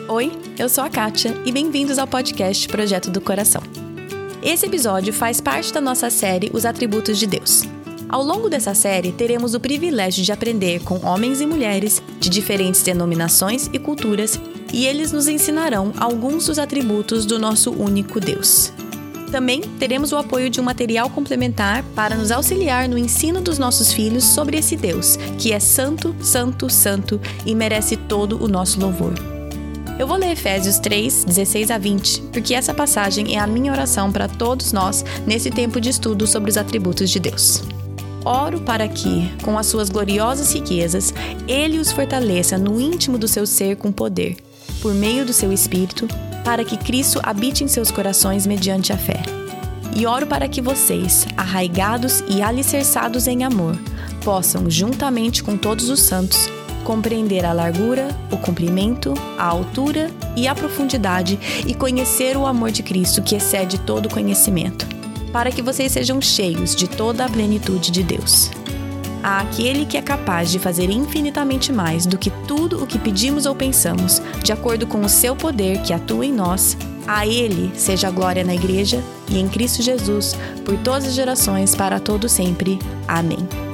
Oi, eu sou a Kátia e bem-vindos ao podcast Projeto do Coração. Esse episódio faz parte da nossa série Os Atributos de Deus. Ao longo dessa série, teremos o privilégio de aprender com homens e mulheres de diferentes denominações e culturas, e eles nos ensinarão alguns dos atributos do nosso único Deus. Também teremos o apoio de um material complementar para nos auxiliar no ensino dos nossos filhos sobre esse Deus, que é santo, santo, santo e merece todo o nosso louvor. Eu vou ler Efésios 3, 16 a 20, porque essa passagem é a minha oração para todos nós nesse tempo de estudo sobre os atributos de Deus. Oro para que, com as suas gloriosas riquezas, Ele os fortaleça no íntimo do seu ser com poder, por meio do seu Espírito, para que Cristo habite em seus corações mediante a fé. E oro para que vocês, arraigados e alicerçados em amor, possam, juntamente com todos os santos, compreender a largura, o comprimento, a altura e a profundidade e conhecer o amor de Cristo que excede todo conhecimento, para que vocês sejam cheios de toda a plenitude de Deus. Àquele que é capaz de fazer infinitamente mais do que tudo o que pedimos ou pensamos, de acordo com o seu poder que atua em nós, a Ele seja a glória na Igreja e em Cristo Jesus, por todas as gerações, para todo sempre. Amém.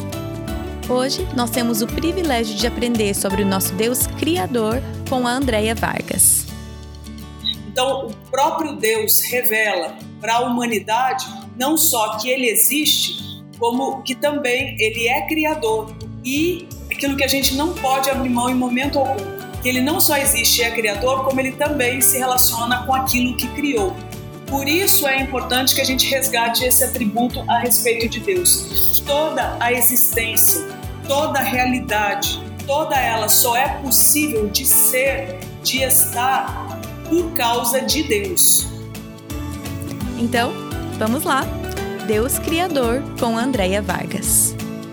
Hoje, nós temos o privilégio de aprender sobre o nosso Deus Criador com a Andréia Vargas. Então, o próprio Deus revela para a humanidade não só que Ele existe, como que também Ele é Criador. E aquilo que a gente não pode abrir mão em momento algum, que Ele não só existe e é Criador, como Ele também se relaciona com aquilo que criou. Por isso é importante que a gente resgate esse atributo a respeito de Deus. Toda a existência, toda a realidade, toda ela só é possível de ser, de estar, por causa de Deus. Então, vamos lá. Deus Criador com Andréia Vargas.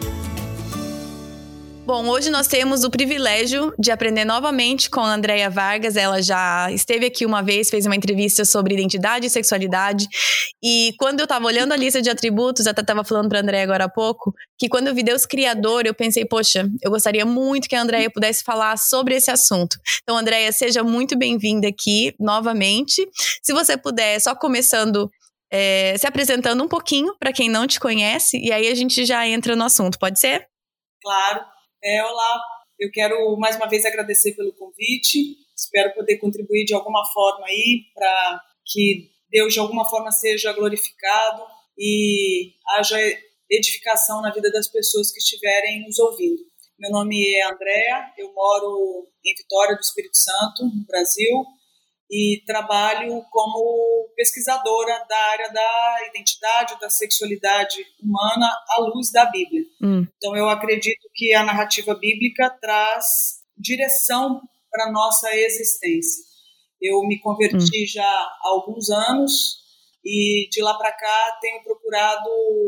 Bom, hoje nós temos o privilégio de aprender novamente com a Andréia Vargas. Ela já esteve aqui uma vez, fez uma entrevista sobre identidade e sexualidade. E quando eu estava olhando a lista de atributos, eu até estava falando para a Andréia agora há pouco, que quando eu vi Deus Criador, eu pensei, poxa, eu gostaria muito que a Andréia pudesse falar sobre esse assunto. Então, Andréia, seja muito bem-vinda aqui novamente. Se você puder, só começando, se apresentando um pouquinho para quem não te conhece, e aí a gente já entra no assunto, pode ser? Claro. Olá, eu quero mais uma vez agradecer pelo convite, espero poder contribuir de alguma forma aí para que Deus de alguma forma seja glorificado e haja edificação na vida das pessoas que estiverem nos ouvindo. Meu nome é Andréia, eu moro em Vitória do Espírito Santo, no Brasil, e trabalho como pesquisadora da área da identidade, da sexualidade humana à luz da Bíblia. Então, eu acredito que a narrativa bíblica traz direção para a nossa existência. Eu me converti já há alguns anos e de lá para cá tenho procurado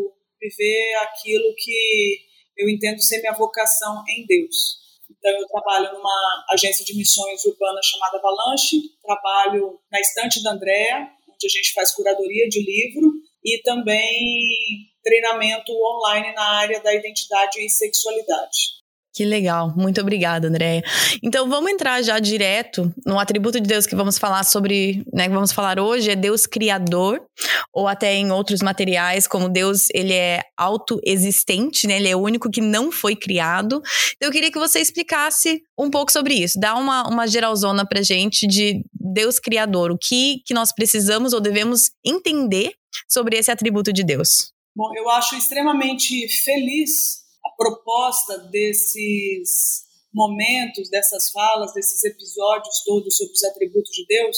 viver aquilo que eu entendo ser minha vocação em Deus. Então, eu trabalho numa agência de missões urbanas chamada Avalanche, trabalho na estante da Andréia, onde a gente faz curadoria de livro e também treinamento online na área da identidade e sexualidade. Que legal, muito obrigada, Andréia. Então vamos entrar já direto no atributo de Deus que vamos falar sobre, né, que vamos falar hoje, é Deus Criador, ou até em outros materiais, como Deus, ele é autoexistente, né, ele é o único que não foi criado. Então eu queria que você explicasse um pouco sobre isso, dá uma geralzona pra gente de Deus Criador, o que nós precisamos ou devemos entender sobre esse atributo de Deus. Bom, eu acho extremamente feliz a proposta desses momentos, dessas falas, desses episódios todos sobre os atributos de Deus,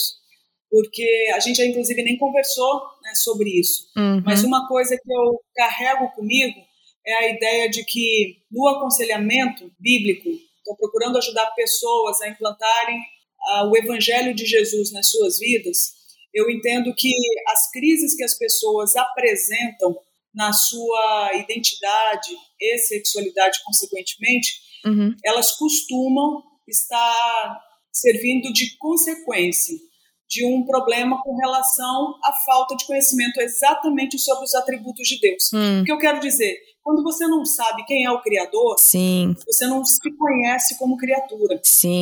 porque a gente já inclusive nem conversou, né, sobre isso. Mas uma coisa que eu carrego comigo é a ideia de que no aconselhamento bíblico, estou procurando ajudar pessoas a implantarem o Evangelho de Jesus nas suas vidas, eu entendo que as crises que as pessoas apresentam na sua identidade e sexualidade, consequentemente, elas costumam estar servindo de consequência de um problema com relação à falta de conhecimento exatamente sobre os atributos de Deus. O que eu quero dizer? Quando você não sabe quem é o Criador, Sim. você não se conhece como criatura. Sim.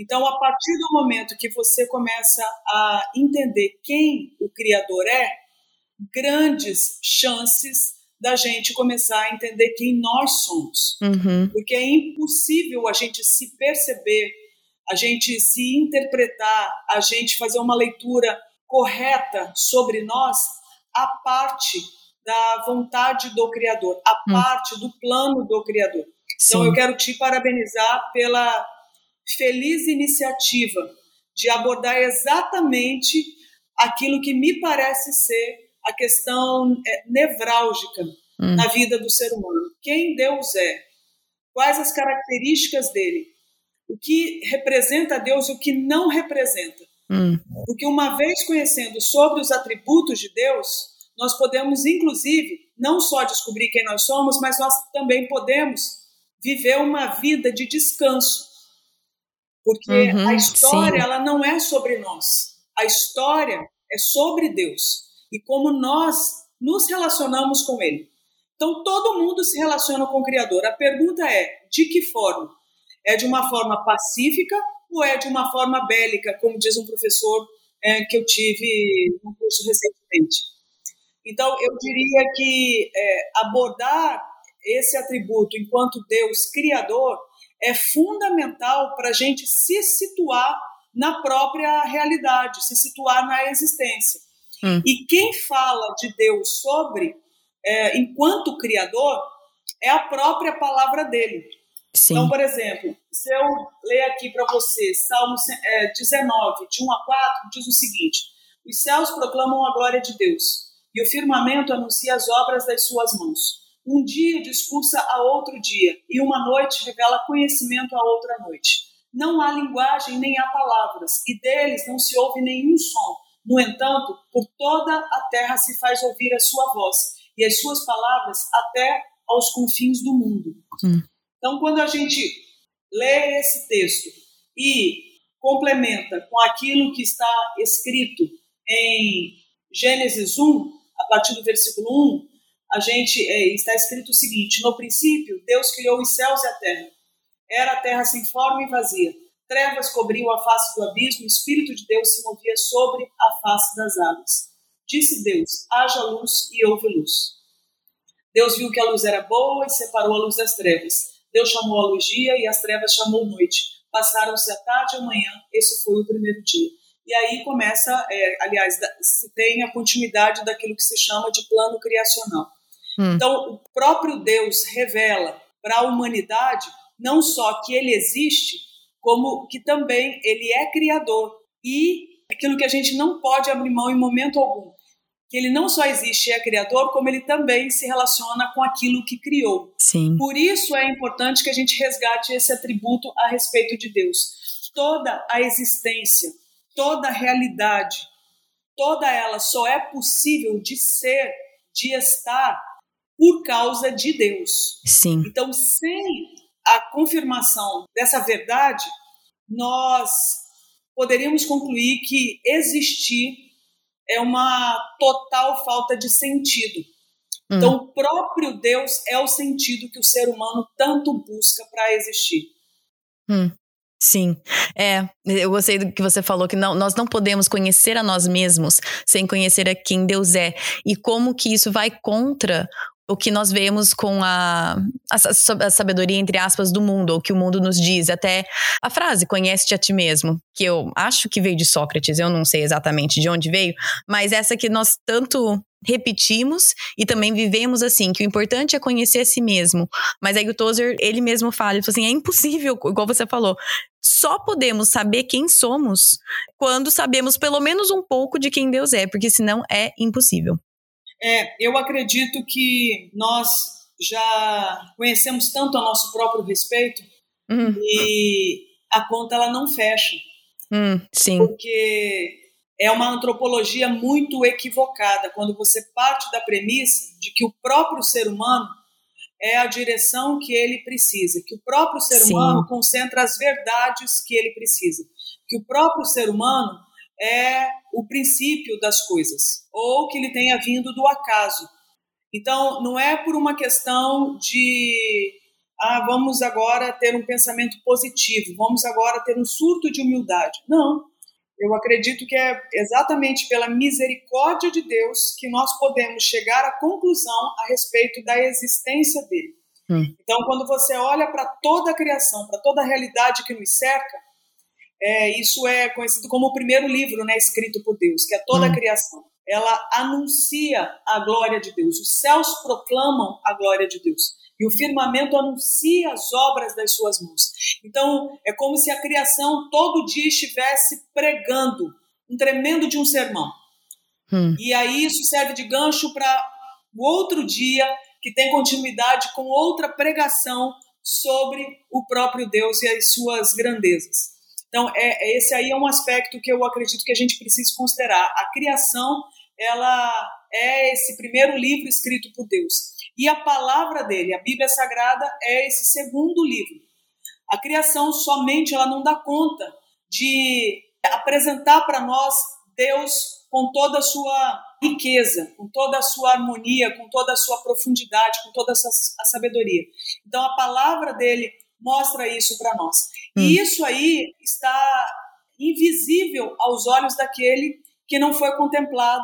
Então, a partir do momento que você começa a entender quem o Criador é, grandes chances da gente começar a entender quem nós somos. Porque é impossível a gente se perceber, a gente se interpretar, a gente fazer uma leitura correta sobre nós, a parte da vontade do Criador, a parte do plano do Criador. Sim. Então, eu quero te parabenizar pela feliz iniciativa de abordar exatamente aquilo que me parece ser a questão nevrálgica na vida do ser humano. Quem Deus é? Quais as características dele? O que representa Deus e o que não representa? Porque uma vez conhecendo sobre os atributos de Deus, nós podemos, inclusive, não só descobrir quem nós somos, mas nós também podemos viver uma vida de descanso. Porque a história, ela não é sobre nós. A história é sobre Deus e como nós nos relacionamos com Ele. Então, todo mundo se relaciona com o Criador. A pergunta é, de que forma? É de uma forma pacífica ou é de uma forma bélica, como diz um professor que eu tive no curso recentemente? Então, eu diria que abordar esse atributo enquanto Deus Criador é fundamental para a gente se situar na própria realidade, se situar na existência. E quem fala de Deus enquanto Criador é a própria palavra dele. Sim. Então, por exemplo, se eu ler aqui para você Salmo 19, de 1 a 4, diz o seguinte: os céus proclamam a glória de Deus e o firmamento anuncia as obras das suas mãos. Um dia discursa a outro dia, e uma noite revela conhecimento a outra noite. Não há linguagem nem há palavras, e deles não se ouve nenhum som. No entanto, por toda a terra se faz ouvir a sua voz, e as suas palavras até aos confins do mundo. Então, quando a gente lê esse texto e complementa com aquilo que está escrito em Gênesis 1, a partir do versículo 1, está escrito o seguinte: no princípio, Deus criou os céus e a terra. Era a terra sem forma e vazia. Trevas cobriam a face do abismo, o Espírito de Deus se movia sobre a face das águas. Disse Deus: haja luz, e houve luz. Deus viu que a luz era boa e separou a luz das trevas. Deus chamou a luz dia e as trevas chamou noite. Passaram-se a tarde e a manhã, esse foi o primeiro dia. E aí começa, se tem a continuidade daquilo que se chama de plano criacional. Então, o próprio Deus revela para a humanidade não só que ele existe, como que também ele é criador. E aquilo que a gente não pode abrir mão em momento algum, que ele não só existe e é criador, como ele também se relaciona com aquilo que criou. Sim. Por isso é importante que a gente resgate esse atributo a respeito de Deus. Toda a existência, toda a realidade, toda ela só é possível de ser, de estar, por causa de Deus. Sim. Então, sem a confirmação dessa verdade, nós poderíamos concluir que existir é uma total falta de sentido. Então, o próprio Deus é o sentido que o ser humano tanto busca para existir. Sim, eu gostei do que você falou, que nós não podemos conhecer a nós mesmos sem conhecer a quem Deus é, e como que isso vai contra o que nós vemos com a sabedoria, entre aspas, do mundo, ou que o mundo nos diz. Até a frase, conhece-te a ti mesmo, que eu acho que veio de Sócrates, eu não sei exatamente de onde veio, mas essa que nós tanto repetimos e também vivemos assim, que o importante é conhecer a si mesmo. Mas aí o Tozer, ele mesmo fala, ele fala assim, é impossível, igual você falou, só podemos saber quem somos quando sabemos pelo menos um pouco de quem Deus é, porque senão é impossível. Eu acredito que nós já conhecemos tanto a nosso próprio respeito e a conta ela não fecha. Sim. Porque é uma antropologia muito equivocada quando você parte da premissa de que o próprio ser humano é a direção que ele precisa, que o próprio ser humano concentra as verdades que ele precisa, que o próprio ser humano é o princípio das coisas, ou que ele tenha vindo do acaso. Então, não é por uma questão de vamos agora ter um pensamento positivo, vamos agora ter um surto de humildade. Não, eu acredito que é exatamente pela misericórdia de Deus que nós podemos chegar à conclusão a respeito da existência dele. Então, quando você olha para toda a criação, para toda a realidade que nos cerca, isso é conhecido como o primeiro livro, né, escrito por Deus, que é toda a criação. Ela anuncia a glória de Deus. Os céus proclamam a glória de Deus. E o firmamento anuncia as obras das suas mãos. Então, é como se a criação todo dia estivesse pregando um tremendo de um sermão. E aí isso serve de gancho para o outro dia, que tem continuidade com outra pregação sobre o próprio Deus e as suas grandezas. Então, esse aí é um aspecto que eu acredito que a gente precisa considerar. A criação, ela é esse primeiro livro escrito por Deus. E a palavra dele, a Bíblia Sagrada, é esse segundo livro. A criação somente ela não dá conta de apresentar para nós Deus com toda a sua riqueza, com toda a sua harmonia, com toda a sua profundidade, com toda a sabedoria. Então, a palavra dele mostra isso para nós. E isso aí está invisível aos olhos daquele que não foi contemplado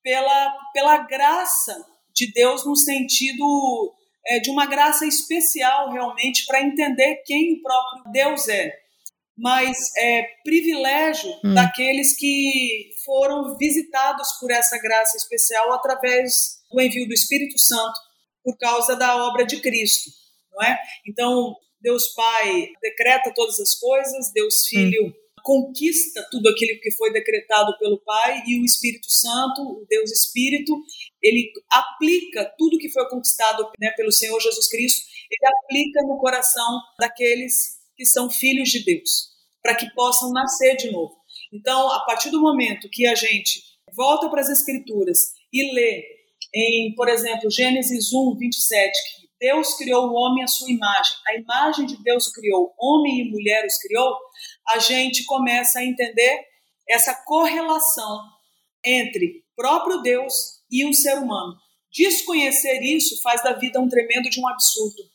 pela graça de Deus, no sentido de uma graça especial realmente para entender quem o próprio Deus é. Mas é privilégio daqueles que foram visitados por essa graça especial através do envio do Espírito Santo por causa da obra de Cristo, não é? Então, Deus Pai decreta todas as coisas, Deus Filho conquista tudo aquilo que foi decretado pelo Pai, e o Espírito Santo, o Deus Espírito, ele aplica tudo que foi conquistado, né, pelo Senhor Jesus Cristo, ele aplica no coração daqueles que são filhos de Deus, para que possam nascer de novo. Então, a partir do momento que a gente volta para as Escrituras e lê em, por exemplo, Gênesis 1, 27, que Deus criou o homem à sua imagem, a imagem de Deus o criou, homem e mulher os criou, a gente começa a entender essa correlação entre o próprio Deus e o ser humano. Desconhecer isso faz da vida um tremendo de um absurdo.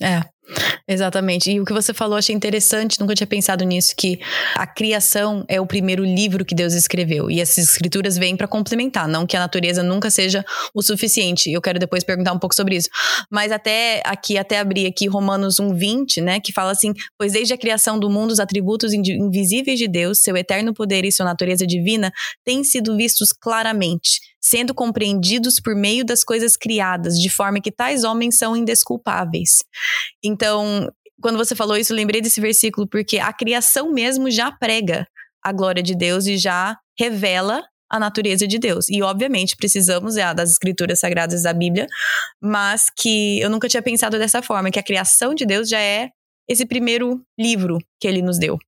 Exatamente. E o que você falou, achei interessante, nunca tinha pensado nisso, que a criação é o primeiro livro que Deus escreveu, e essas escrituras vêm para complementar, não que a natureza nunca seja o suficiente. Eu quero depois perguntar um pouco sobre isso. Mas até abrir aqui Romanos 1:20, né, que fala assim: pois desde a criação do mundo os atributos invisíveis de Deus, seu eterno poder e sua natureza divina têm sido vistos claramente, sendo compreendidos por meio das coisas criadas, de forma que tais homens são indesculpáveis. Então, quando você falou isso, eu lembrei desse versículo, porque a criação mesmo já prega a glória de Deus e já revela a natureza de Deus. E, obviamente, precisamos das escrituras sagradas da Bíblia, mas que eu nunca tinha pensado dessa forma, que a criação de Deus já é esse primeiro livro que ele nos deu.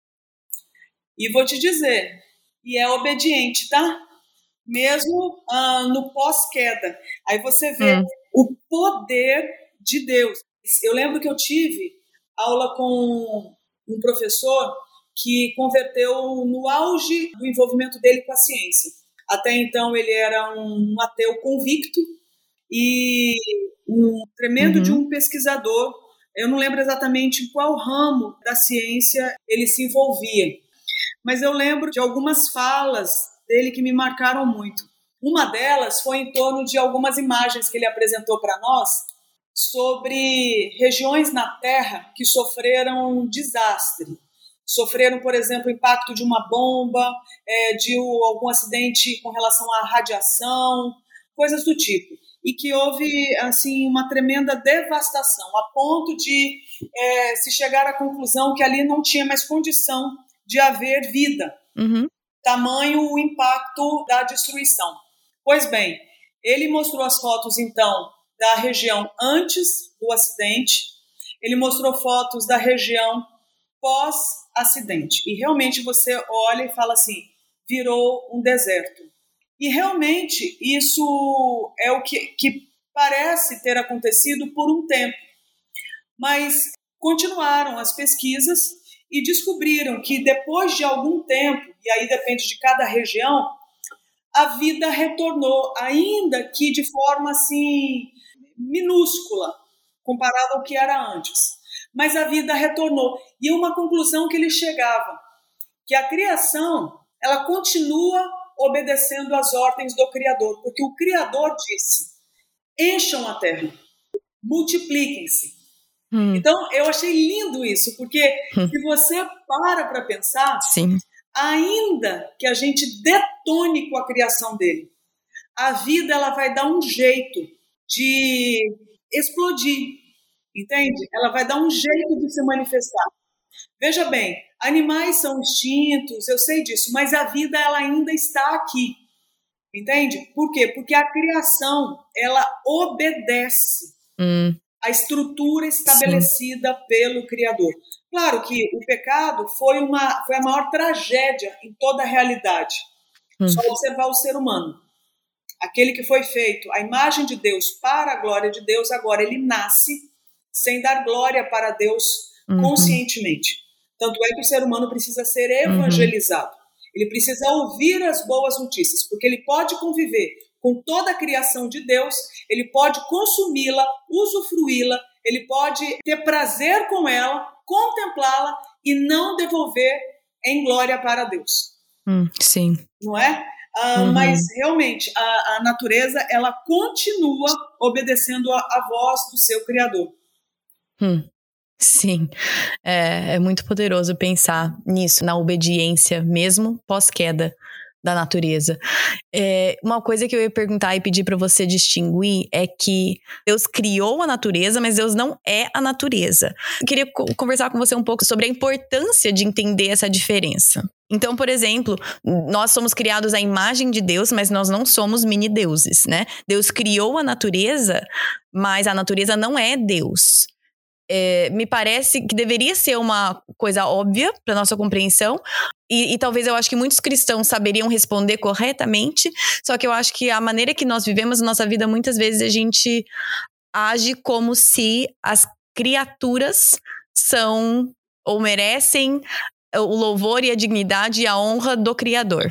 E vou te dizer, e é obediente, tá? Mesmo no pós-queda. Aí você vê o poder de Deus. Eu lembro que eu tive aula com um professor que converteu no auge do envolvimento dele com a ciência. Até então ele era um ateu convicto e um tremendo de um pesquisador. Eu não lembro exatamente em qual ramo da ciência ele se envolvia, mas eu lembro de algumas falas dele que me marcaram muito. Uma delas foi em torno de algumas imagens que ele apresentou para nós sobre regiões na Terra que sofreram desastre. Sofreram, por exemplo, o impacto de uma bomba, de algum acidente com relação à radiação, coisas do tipo. E que houve assim, uma tremenda devastação, a ponto de se chegar à conclusão que ali não tinha mais condição de haver vida. Tamanho o impacto da destruição. Pois bem, ele mostrou as fotos, então, da região antes do acidente, ele mostrou fotos da região pós-acidente. E realmente você olha e fala assim, virou um deserto. E realmente isso é o que parece ter acontecido por um tempo. Mas continuaram as pesquisas e descobriram que depois de algum tempo, e aí depende de cada região, a vida retornou, ainda que de forma assim minúscula, comparado ao que era antes. mas a vida retornou. E uma conclusão que ele chegava, que a criação, ela continua obedecendo às ordens do Criador, porque o Criador disse, encham a terra, multipliquem-se. Então, eu achei lindo isso, porque se você para pensar, Sim. ainda que a gente detone com a criação dele, a vida ela vai dar um jeito de explodir, entende? Ela vai dar um jeito de se manifestar. Veja bem, animais são extintos, eu sei disso, mas a vida ela ainda está aqui, entende? Por quê? Porque a criação, ela obedece a estrutura estabelecida pelo Criador. Claro que o pecado foi a maior tragédia em toda a realidade. Só observar o ser humano. Aquele que foi feito à imagem de Deus para a glória de Deus, agora ele nasce sem dar glória para Deus conscientemente. Tanto é que o ser humano precisa ser evangelizado. Ele precisa ouvir as boas notícias, porque ele pode conviver com toda a criação de Deus, ele pode consumi-la, usufruí-la, ele pode ter prazer com ela, contemplá-la e não devolver em glória para Deus. Sim. Não é? Mas realmente a natureza ela continua obedecendo a voz do seu Criador. Sim, é muito poderoso pensar nisso, na obediência mesmo pós-queda da natureza. Uma coisa que eu ia perguntar e pedir para você distinguir é que Deus criou a natureza, mas Deus não é a natureza. Eu queria conversar com você um pouco sobre a importância de entender essa diferença. Então, por exemplo, nós somos criados à imagem de Deus, mas nós não somos mini-deuses, né? Deus criou a natureza, mas a natureza não é Deus. Me parece que deveria ser uma coisa óbvia para nossa compreensão e talvez eu acho que muitos cristãos saberiam responder corretamente, só que eu acho que a maneira que nós vivemos a nossa vida, muitas vezes a gente age como se as criaturas são ou merecem o louvor e a dignidade e a honra do Criador.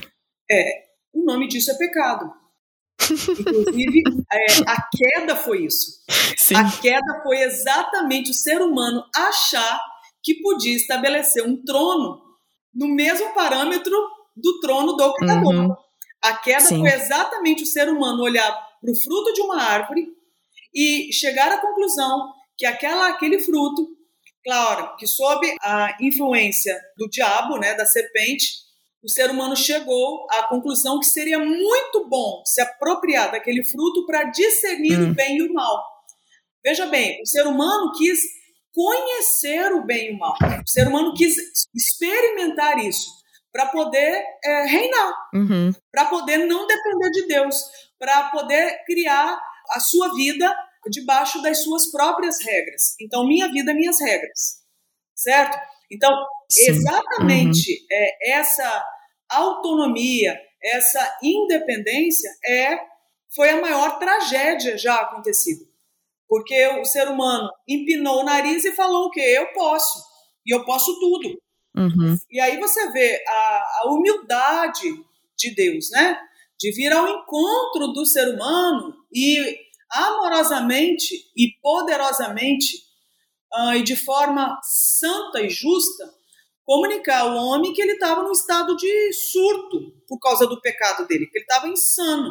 O nome disso é pecado. Inclusive, a queda foi isso. Sim. A queda foi exatamente o ser humano achar que podia estabelecer um trono no mesmo parâmetro do trono do Criador. A queda foi exatamente o ser humano olhar para o fruto de uma árvore e chegar à conclusão que aquele fruto, claro, que sob a influência do diabo, né, da serpente, o ser humano chegou à conclusão que seria muito bom se apropriar daquele fruto para discernir o bem e o mal. Veja bem, o ser humano quis conhecer o bem e o mal. O ser humano quis experimentar isso para poder reinar, para poder não depender de Deus, para poder criar a sua vida debaixo das suas próprias regras. Então, minha vida, minhas regras. Certo? Então, exatamente essa autonomia, essa independência foi a maior tragédia já acontecida. Porque o ser humano empinou o nariz e falou o quê? Eu posso. E eu posso tudo. E aí você vê a humildade de Deus, né? De vir ao encontro do ser humano e amorosamente e poderosamente e de forma santa e justa comunicar ao homem que ele estava num estado de surto por causa do pecado dele, que ele estava insano.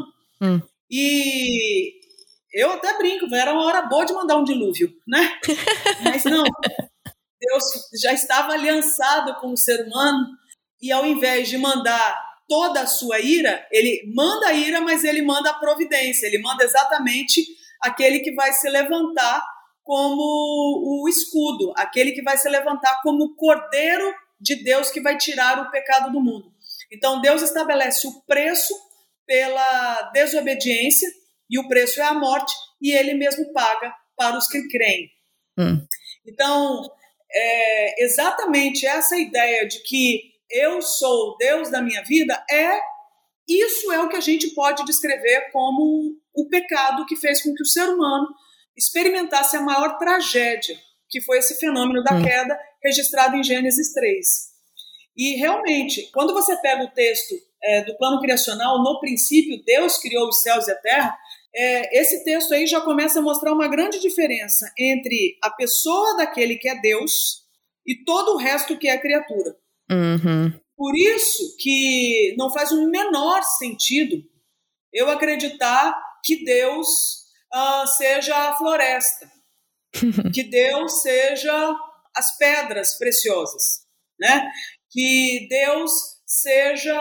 E eu até brinco, era uma hora boa de mandar um dilúvio, né? Mas não, Deus já estava aliançado com o ser humano e ao invés de mandar toda a sua ira, ele manda a ira, mas ele manda a providência, ele manda exatamente aquele que vai se levantar como o escudo, aquele que vai se levantar como o cordeiro de Deus que vai tirar o pecado do mundo. Então Deus estabelece o preço pela desobediência e o preço é a morte e ele mesmo paga para os que creem. Então, exatamente essa ideia de que eu sou o Deus da minha vida isso é o que a gente pode descrever como o pecado que fez com que o ser humano experimentasse a maior tragédia, que foi esse fenômeno da queda registrado em Gênesis 3. E realmente, quando você pega o texto do plano criacional, no princípio Deus criou os céus e a terra, esse texto aí já começa a mostrar uma grande diferença entre a pessoa daquele que é Deus e todo o resto que é criatura. Uhum. Por isso que não faz o menor sentido eu acreditar que Deus seja a floresta, que Deus seja as pedras preciosas, né? Que Deus seja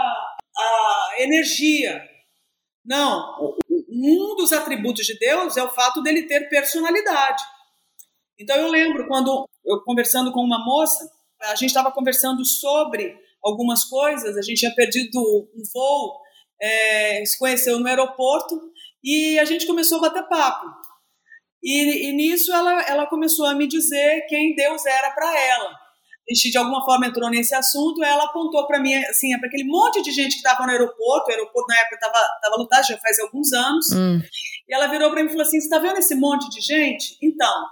a energia. Não, um dos atributos de Deus é o fato dele ter personalidade. Então eu lembro quando eu conversando com uma moça, a gente estava conversando sobre algumas coisas, a gente tinha perdido um voo, se conheceu no aeroporto e a gente começou a bater papo. E nisso ela começou a me dizer quem Deus era para ela. A gente, de alguma forma, entrou nesse assunto, ela apontou para mim, assim, para aquele monte de gente que estava no aeroporto. O aeroporto, na época, estava lotado, já faz alguns anos. E ela virou para mim e falou assim, você está vendo esse monte de gente? Então,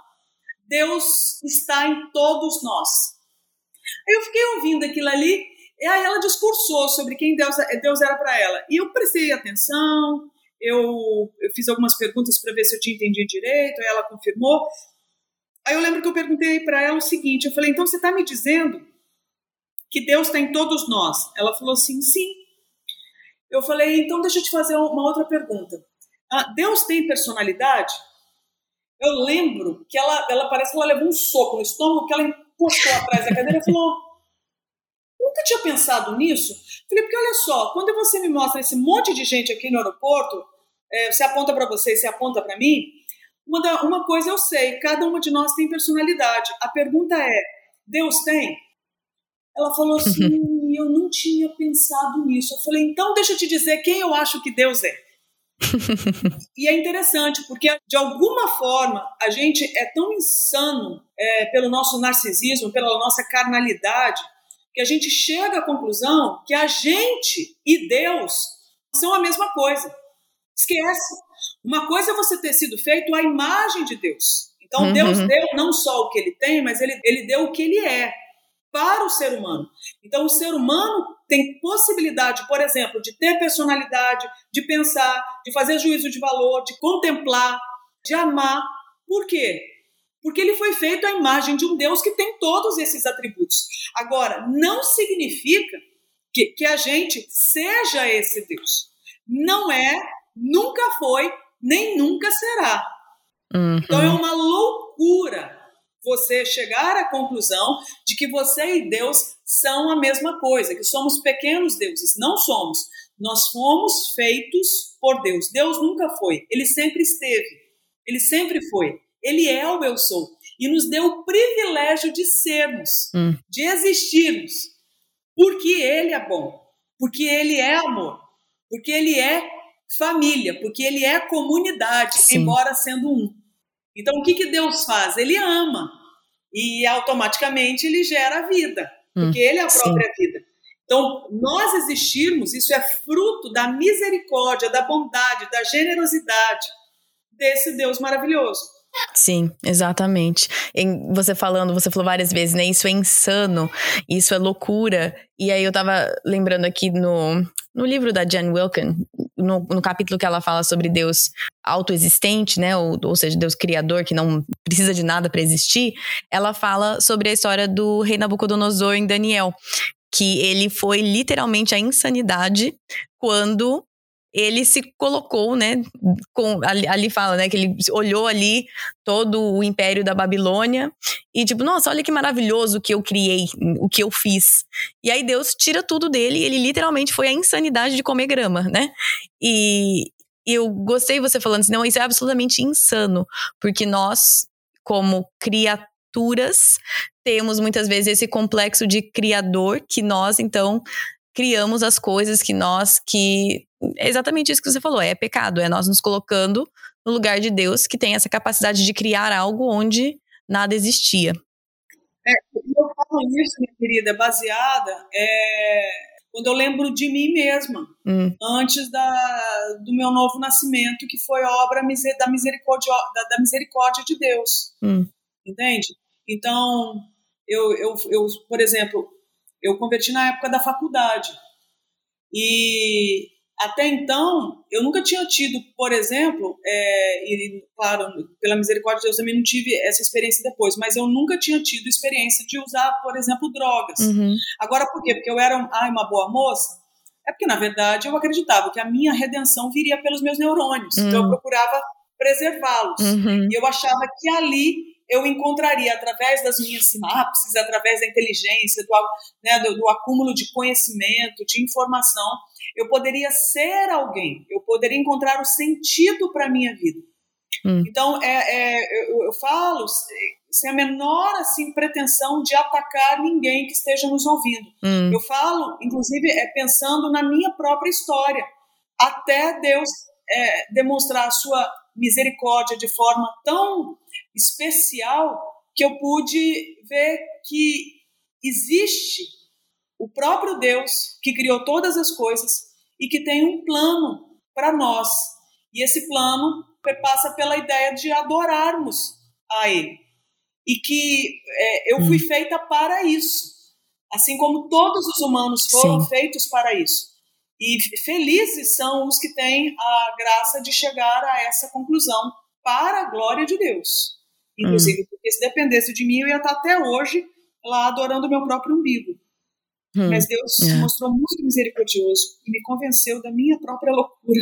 Deus está em todos nós. Aí eu fiquei ouvindo aquilo ali, e aí ela discursou sobre quem Deus era para ela. E eu prestei atenção, eu fiz algumas perguntas para ver se eu tinha entendido direito, aí ela confirmou. Aí eu lembro que eu perguntei para ela o seguinte, eu falei, então você está me dizendo que Deus está em todos nós? Ela falou assim, sim. Eu falei, então deixa eu te fazer uma outra pergunta. Deus tem personalidade? Eu lembro que ela parece que ela levou um soco no estômago, que ela encostou atrás da cadeira e falou, nunca tinha pensado nisso? Falei, porque olha só, quando você me mostra esse monte de gente aqui no aeroporto, você aponta para você, você aponta para mim, uma coisa eu sei, cada uma de nós tem personalidade. A pergunta é, Deus tem? Ela falou assim, eu não tinha pensado nisso. Eu falei, então deixa eu te dizer quem eu acho que Deus é. E é interessante, porque de alguma forma a gente é tão insano pelo nosso narcisismo, pela nossa carnalidade, que a gente chega à conclusão que a gente e Deus são a mesma coisa. Esquece. Uma coisa é você ter sido feito à imagem de Deus. Então Deus deu não só o que ele tem, mas ele deu o que ele é para o ser humano. Então o ser humano tem possibilidade, por exemplo, de ter personalidade, de pensar, de fazer juízo de valor, de contemplar, de amar. Por quê? Porque ele foi feito à imagem de um Deus que tem todos esses atributos. Agora, não significa que a gente seja esse Deus. Não é, nunca foi, nem nunca será. Então é uma loucura você chegar à conclusão de que você e Deus são a mesma coisa, que somos pequenos deuses. Não somos. Nós fomos feitos por Deus. Deus nunca foi. Ele sempre esteve. Ele sempre foi. Ele é o eu sou. E nos deu o privilégio de sermos, de existirmos. Porque Ele é bom. Porque Ele é amor. Porque Ele é família. Porque Ele é comunidade, sim, embora sendo um. Então, o que Deus faz? Ele ama. E automaticamente Ele gera a vida. Porque Ele é a própria vida. Então, nós existirmos, isso é fruto da misericórdia, da bondade, da generosidade desse Deus maravilhoso. Sim, exatamente. Você falou várias vezes, né? Isso é insano, isso é loucura. E aí eu tava lembrando aqui no livro da Jen Wilkin, no capítulo que ela fala sobre Deus autoexistente, né? Ou seja, Deus criador, que não precisa de nada para existir. Ela fala sobre a história do rei Nabucodonosor em Daniel, que ele foi literalmente a insanidade quando ele se colocou, né, ali fala, né, que ele olhou ali todo o império da Babilônia e tipo, nossa, olha que maravilhoso o que eu criei, o que eu fiz. E aí Deus tira tudo dele e ele literalmente foi a insanidade de comer grama, né? E eu gostei você falando assim, não, isso é absolutamente insano, porque nós, como criaturas, temos muitas vezes esse complexo de criador que nós, então, criamos as coisas que é exatamente isso que você falou, é pecado, é nós nos colocando no lugar de Deus, que tem essa capacidade de criar algo onde nada existia. Eu falo isso, minha querida, baseada quando eu lembro de mim mesma, antes do meu novo nascimento, que foi obra da misericórdia de Deus, entende? Então, eu, por exemplo, eu converti na época da faculdade. E até então, eu nunca tinha tido, por exemplo, e claro, pela misericórdia de Deus, também não tive essa experiência depois, mas eu nunca tinha tido experiência de usar, por exemplo, drogas. Agora, por quê? Porque eu era uma boa moça? É porque, na verdade, eu acreditava que a minha redenção viria pelos meus neurônios, então eu procurava preservá-los. E eu achava que ali eu encontraria, através das minhas sinapses, através da inteligência, do acúmulo de conhecimento, de informação, eu poderia ser alguém, eu poderia encontrar o sentido para a minha vida. Então, eu falo sem a menor pretensão de atacar ninguém que esteja nos ouvindo. Eu falo, inclusive, pensando na minha própria história, até Deus demonstrar a sua misericórdia de forma tão especial que eu pude ver que existe o próprio Deus que criou todas as coisas e que tem um plano para nós. E esse plano passa pela ideia de adorarmos a Ele. E que eu fui feita para isso. Assim como todos os humanos foram feitos para isso. E felizes são os que têm a graça de chegar a essa conclusão para a glória de Deus. Inclusive, porque se dependesse de mim, eu ia estar até hoje lá adorando o meu próprio umbigo. Mas Deus se mostrou muito misericordioso e me convenceu da minha própria loucura.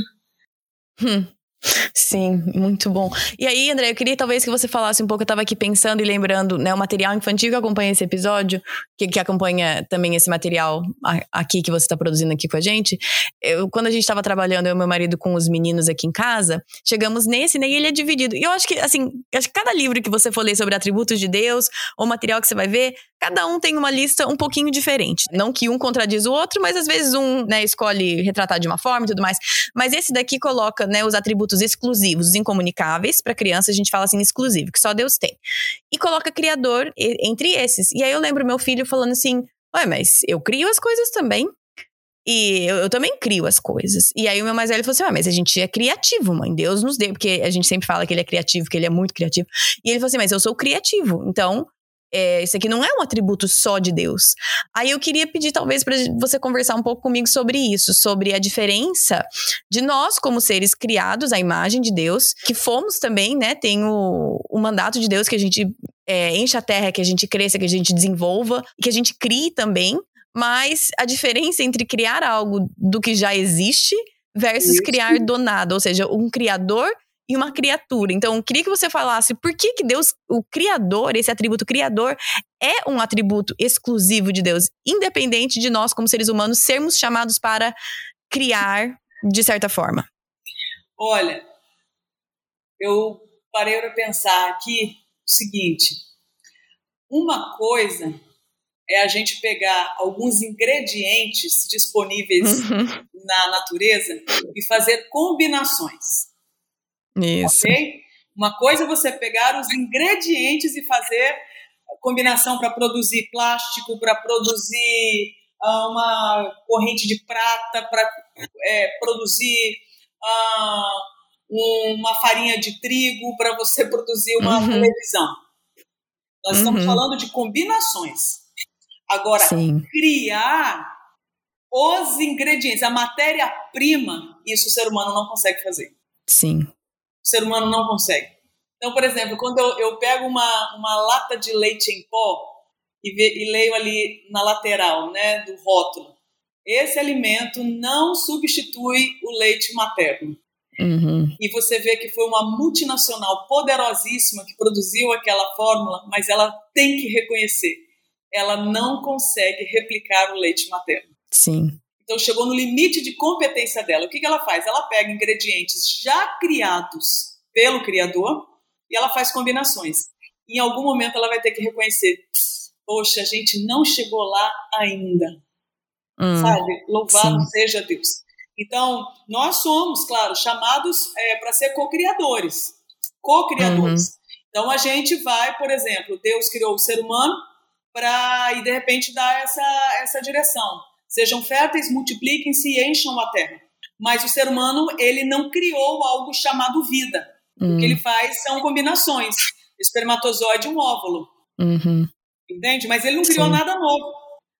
Sim, muito bom. E aí, André, eu queria talvez que você falasse um pouco, eu estava aqui pensando e lembrando, né, o material infantil que acompanha esse episódio, que acompanha também esse material aqui que você está produzindo aqui com a gente. Quando a gente estava trabalhando, eu e meu marido com os meninos aqui em casa, chegamos nesse, né, e ele é dividido. E eu acho que, assim, cada livro que você for ler sobre atributos de Deus, ou material que você vai ver, cada um tem uma lista um pouquinho diferente. Não que um contradiz o outro, mas às vezes um, né, escolhe retratar de uma forma e tudo mais. Mas esse daqui coloca, né, os atributos exclusivos, os incomunicáveis. Para criança a gente fala assim, exclusivo, que só Deus tem. E coloca criador entre esses. E aí eu lembro meu filho falando assim, ué, mas eu crio as coisas também. E eu também crio as coisas. E aí o meu mais velho falou assim, mas a gente é criativo, mãe. Deus nos deu, porque a gente sempre fala que ele é criativo, que ele é muito criativo. E ele falou assim, mas eu sou criativo, então isso aqui não é um atributo só de Deus. Aí eu queria pedir talvez para você conversar um pouco comigo sobre isso, sobre a diferença de nós como seres criados à imagem de Deus, que fomos também, né, tem o mandato de Deus que a gente enche a terra, que a gente cresça, que a gente desenvolva, que a gente crie também, mas a diferença entre criar algo do que já existe versus criar do nada, ou seja, um criador e uma criatura. Então, eu queria que você falasse por que Deus, o criador, esse atributo criador, é um atributo exclusivo de Deus, independente de nós, como seres humanos, sermos chamados para criar de certa forma. Olha, eu parei para pensar aqui o seguinte, uma coisa é a gente pegar alguns ingredientes disponíveis na natureza e fazer combinações. Isso. Okay? Uma coisa é você pegar os ingredientes e fazer combinação para produzir plástico, para produzir uma corrente de prata, para produzir uma farinha de trigo, para você produzir uma televisão. Nós estamos falando de combinações. Agora, criar os ingredientes, a matéria-prima, isso o ser humano não consegue fazer. Sim. O ser humano não consegue. Então, por exemplo, quando eu pego uma lata de leite em pó e leio ali na lateral, né, do rótulo, esse alimento não substitui o leite materno. E você vê que foi uma multinacional poderosíssima que produziu aquela fórmula, mas ela tem que reconhecer, ela não consegue replicar o leite materno. Sim. Então, chegou no limite de competência dela. O que ela faz? Ela pega ingredientes já criados pelo Criador e ela faz combinações. Em algum momento, ela vai ter que reconhecer, poxa, a gente não chegou lá ainda. Sabe? Louvado seja Deus. Então, nós somos, claro, chamados para ser co-criadores. Então, a gente vai, por exemplo, Deus criou o ser humano e, de repente, dar essa direção. Sejam férteis, multipliquem-se e encham a terra. Mas o ser humano, ele não criou algo chamado vida. O que ele faz são combinações. Espermatozoide e um óvulo. Entende? Mas ele não criou nada novo.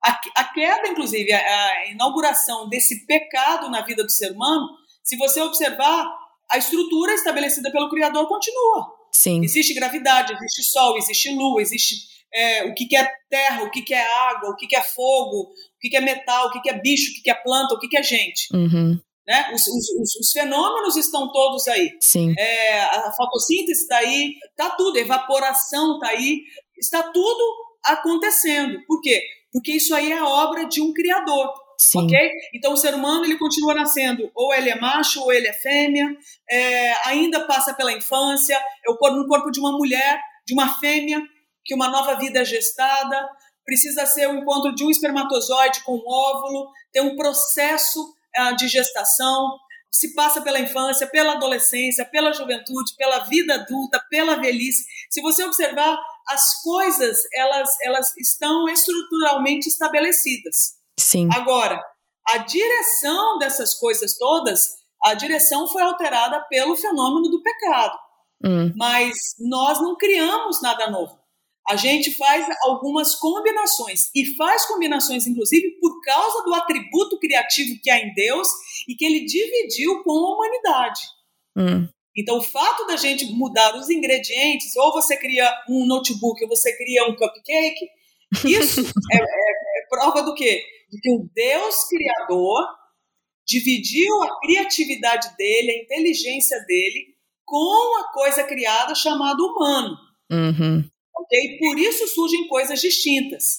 A queda, inclusive, a inauguração desse pecado na vida do ser humano, se você observar, a estrutura estabelecida pelo Criador continua. Sim. Existe gravidade, existe sol, existe lua, existe o que é terra, o que é água, o que é fogo, o que é metal, o que é bicho, o que é planta, o que é gente. Uhum. Né? Os fenômenos estão todos aí. Sim. A fotossíntese está aí, está tudo, a evaporação está aí, está tudo acontecendo. Por quê? Porque isso aí é a obra de um Criador. Sim. Ok? Então o ser humano ele continua nascendo, ou ele é macho ou ele é fêmea, ainda passa pela infância, no corpo de uma mulher, de uma fêmea, que uma nova vida é gestada, precisa ser o encontro de um espermatozoide com um óvulo, tem um processo de gestação, se passa pela infância, pela adolescência, pela juventude, pela vida adulta, pela velhice. Se você observar, as coisas elas estão estruturalmente estabelecidas. Sim. Agora, a direção dessas coisas todas, a direção foi alterada pelo fenômeno do pecado. Mas nós não criamos nada novo. A gente faz algumas combinações, e faz combinações, inclusive, por causa do atributo criativo que há em Deus e que ele dividiu com a humanidade. Então, o fato da gente mudar os ingredientes, ou você cria um notebook, ou você cria um cupcake, isso é prova do quê? De que o Deus Criador dividiu a criatividade dele, a inteligência dele, com a coisa criada chamada humano. Okay? Por isso surgem coisas distintas.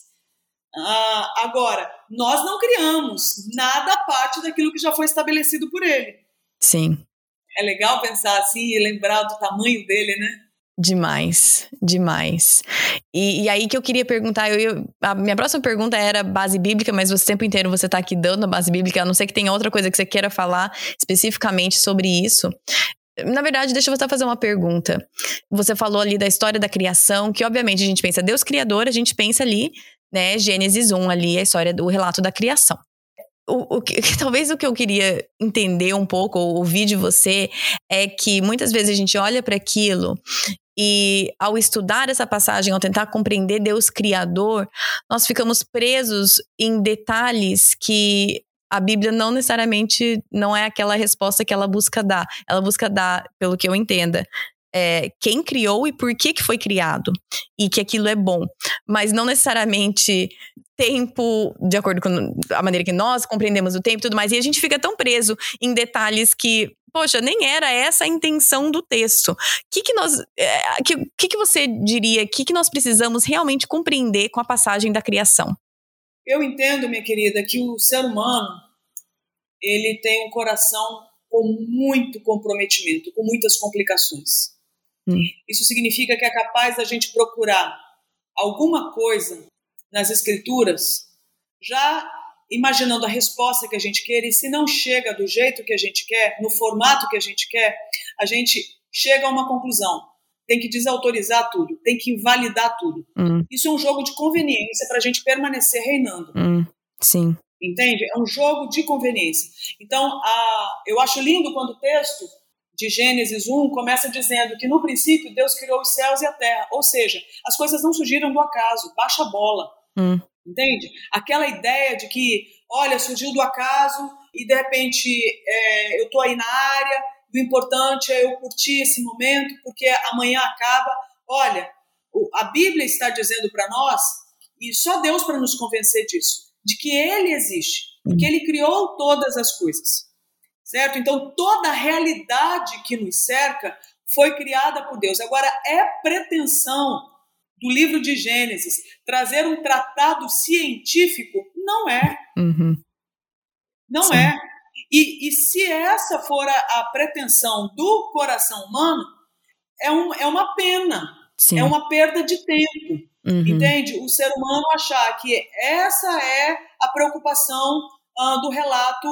Agora, nós não criamos nada a parte daquilo que já foi estabelecido por ele. Sim. É legal pensar assim e lembrar do tamanho dele, né? Demais, demais. E aí que eu queria perguntar, a minha próxima pergunta era base bíblica, mas o tempo inteiro você está aqui dando a base bíblica, a não ser que tenha outra coisa que você queira falar especificamente sobre isso. Na verdade, deixa eu só fazer uma pergunta. Você falou ali da história da criação, que obviamente a gente pensa Deus Criador, a gente pensa ali, né, Gênesis 1 ali, a história do relato da criação. Talvez o que eu queria entender um pouco, ou ouvir de você, é que muitas vezes a gente olha para aquilo e ao estudar essa passagem, ao tentar compreender Deus Criador, nós ficamos presos em detalhes que a Bíblia não necessariamente não é aquela resposta que ela busca dar. Ela busca dar, pelo que eu entenda, quem criou e por que foi criado. E que aquilo é bom. Mas não necessariamente tempo, de acordo com a maneira que nós compreendemos o tempo e tudo mais. E a gente fica tão preso em detalhes que, poxa, nem era essa a intenção do texto. O que você diria, o que nós precisamos realmente compreender com a passagem da criação? Eu entendo, minha querida, que o ser humano ele tem um coração com muito comprometimento, com muitas complicações. Isso significa que é capaz da gente procurar alguma coisa nas Escrituras, já imaginando a resposta que a gente quer, e se não chega do jeito que a gente quer, no formato que a gente quer, a gente chega a uma conclusão. Tem que desautorizar tudo, tem que invalidar tudo. Isso é um jogo de conveniência para a gente permanecer reinando. Sim. Entende? É um jogo de conveniência. Então, eu acho lindo quando o texto de Gênesis 1 começa dizendo que no princípio Deus criou os céus e a terra. Ou seja, as coisas não surgiram do acaso, baixa a bola. Entende? Aquela ideia de que, olha, surgiu do acaso e de repente eu estou aí na área, o importante é eu curtir esse momento porque amanhã acaba. Olha, a Bíblia está dizendo para nós, e só Deus para nos convencer disso, de que Ele existe, porque Ele criou todas as coisas, certo? Então, toda a realidade que nos cerca foi criada por Deus. Agora, é pretensão do livro de Gênesis trazer um tratado científico? Não é. Não Sim. é. E se essa for a pretensão do coração humano, é uma pena. Sim. É uma perda de tempo. Entende? O ser humano achar que essa é a preocupação do relato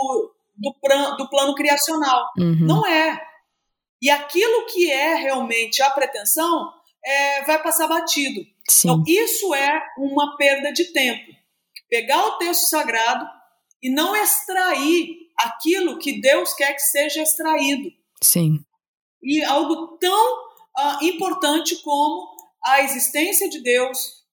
do plano criacional. Não é. E aquilo que é realmente a pretensão vai passar batido. Sim. Então, isso é uma perda de tempo. Pegar o texto sagrado e não extrair aquilo que Deus quer que seja extraído. Sim. E algo tão importante como a existência de Deus,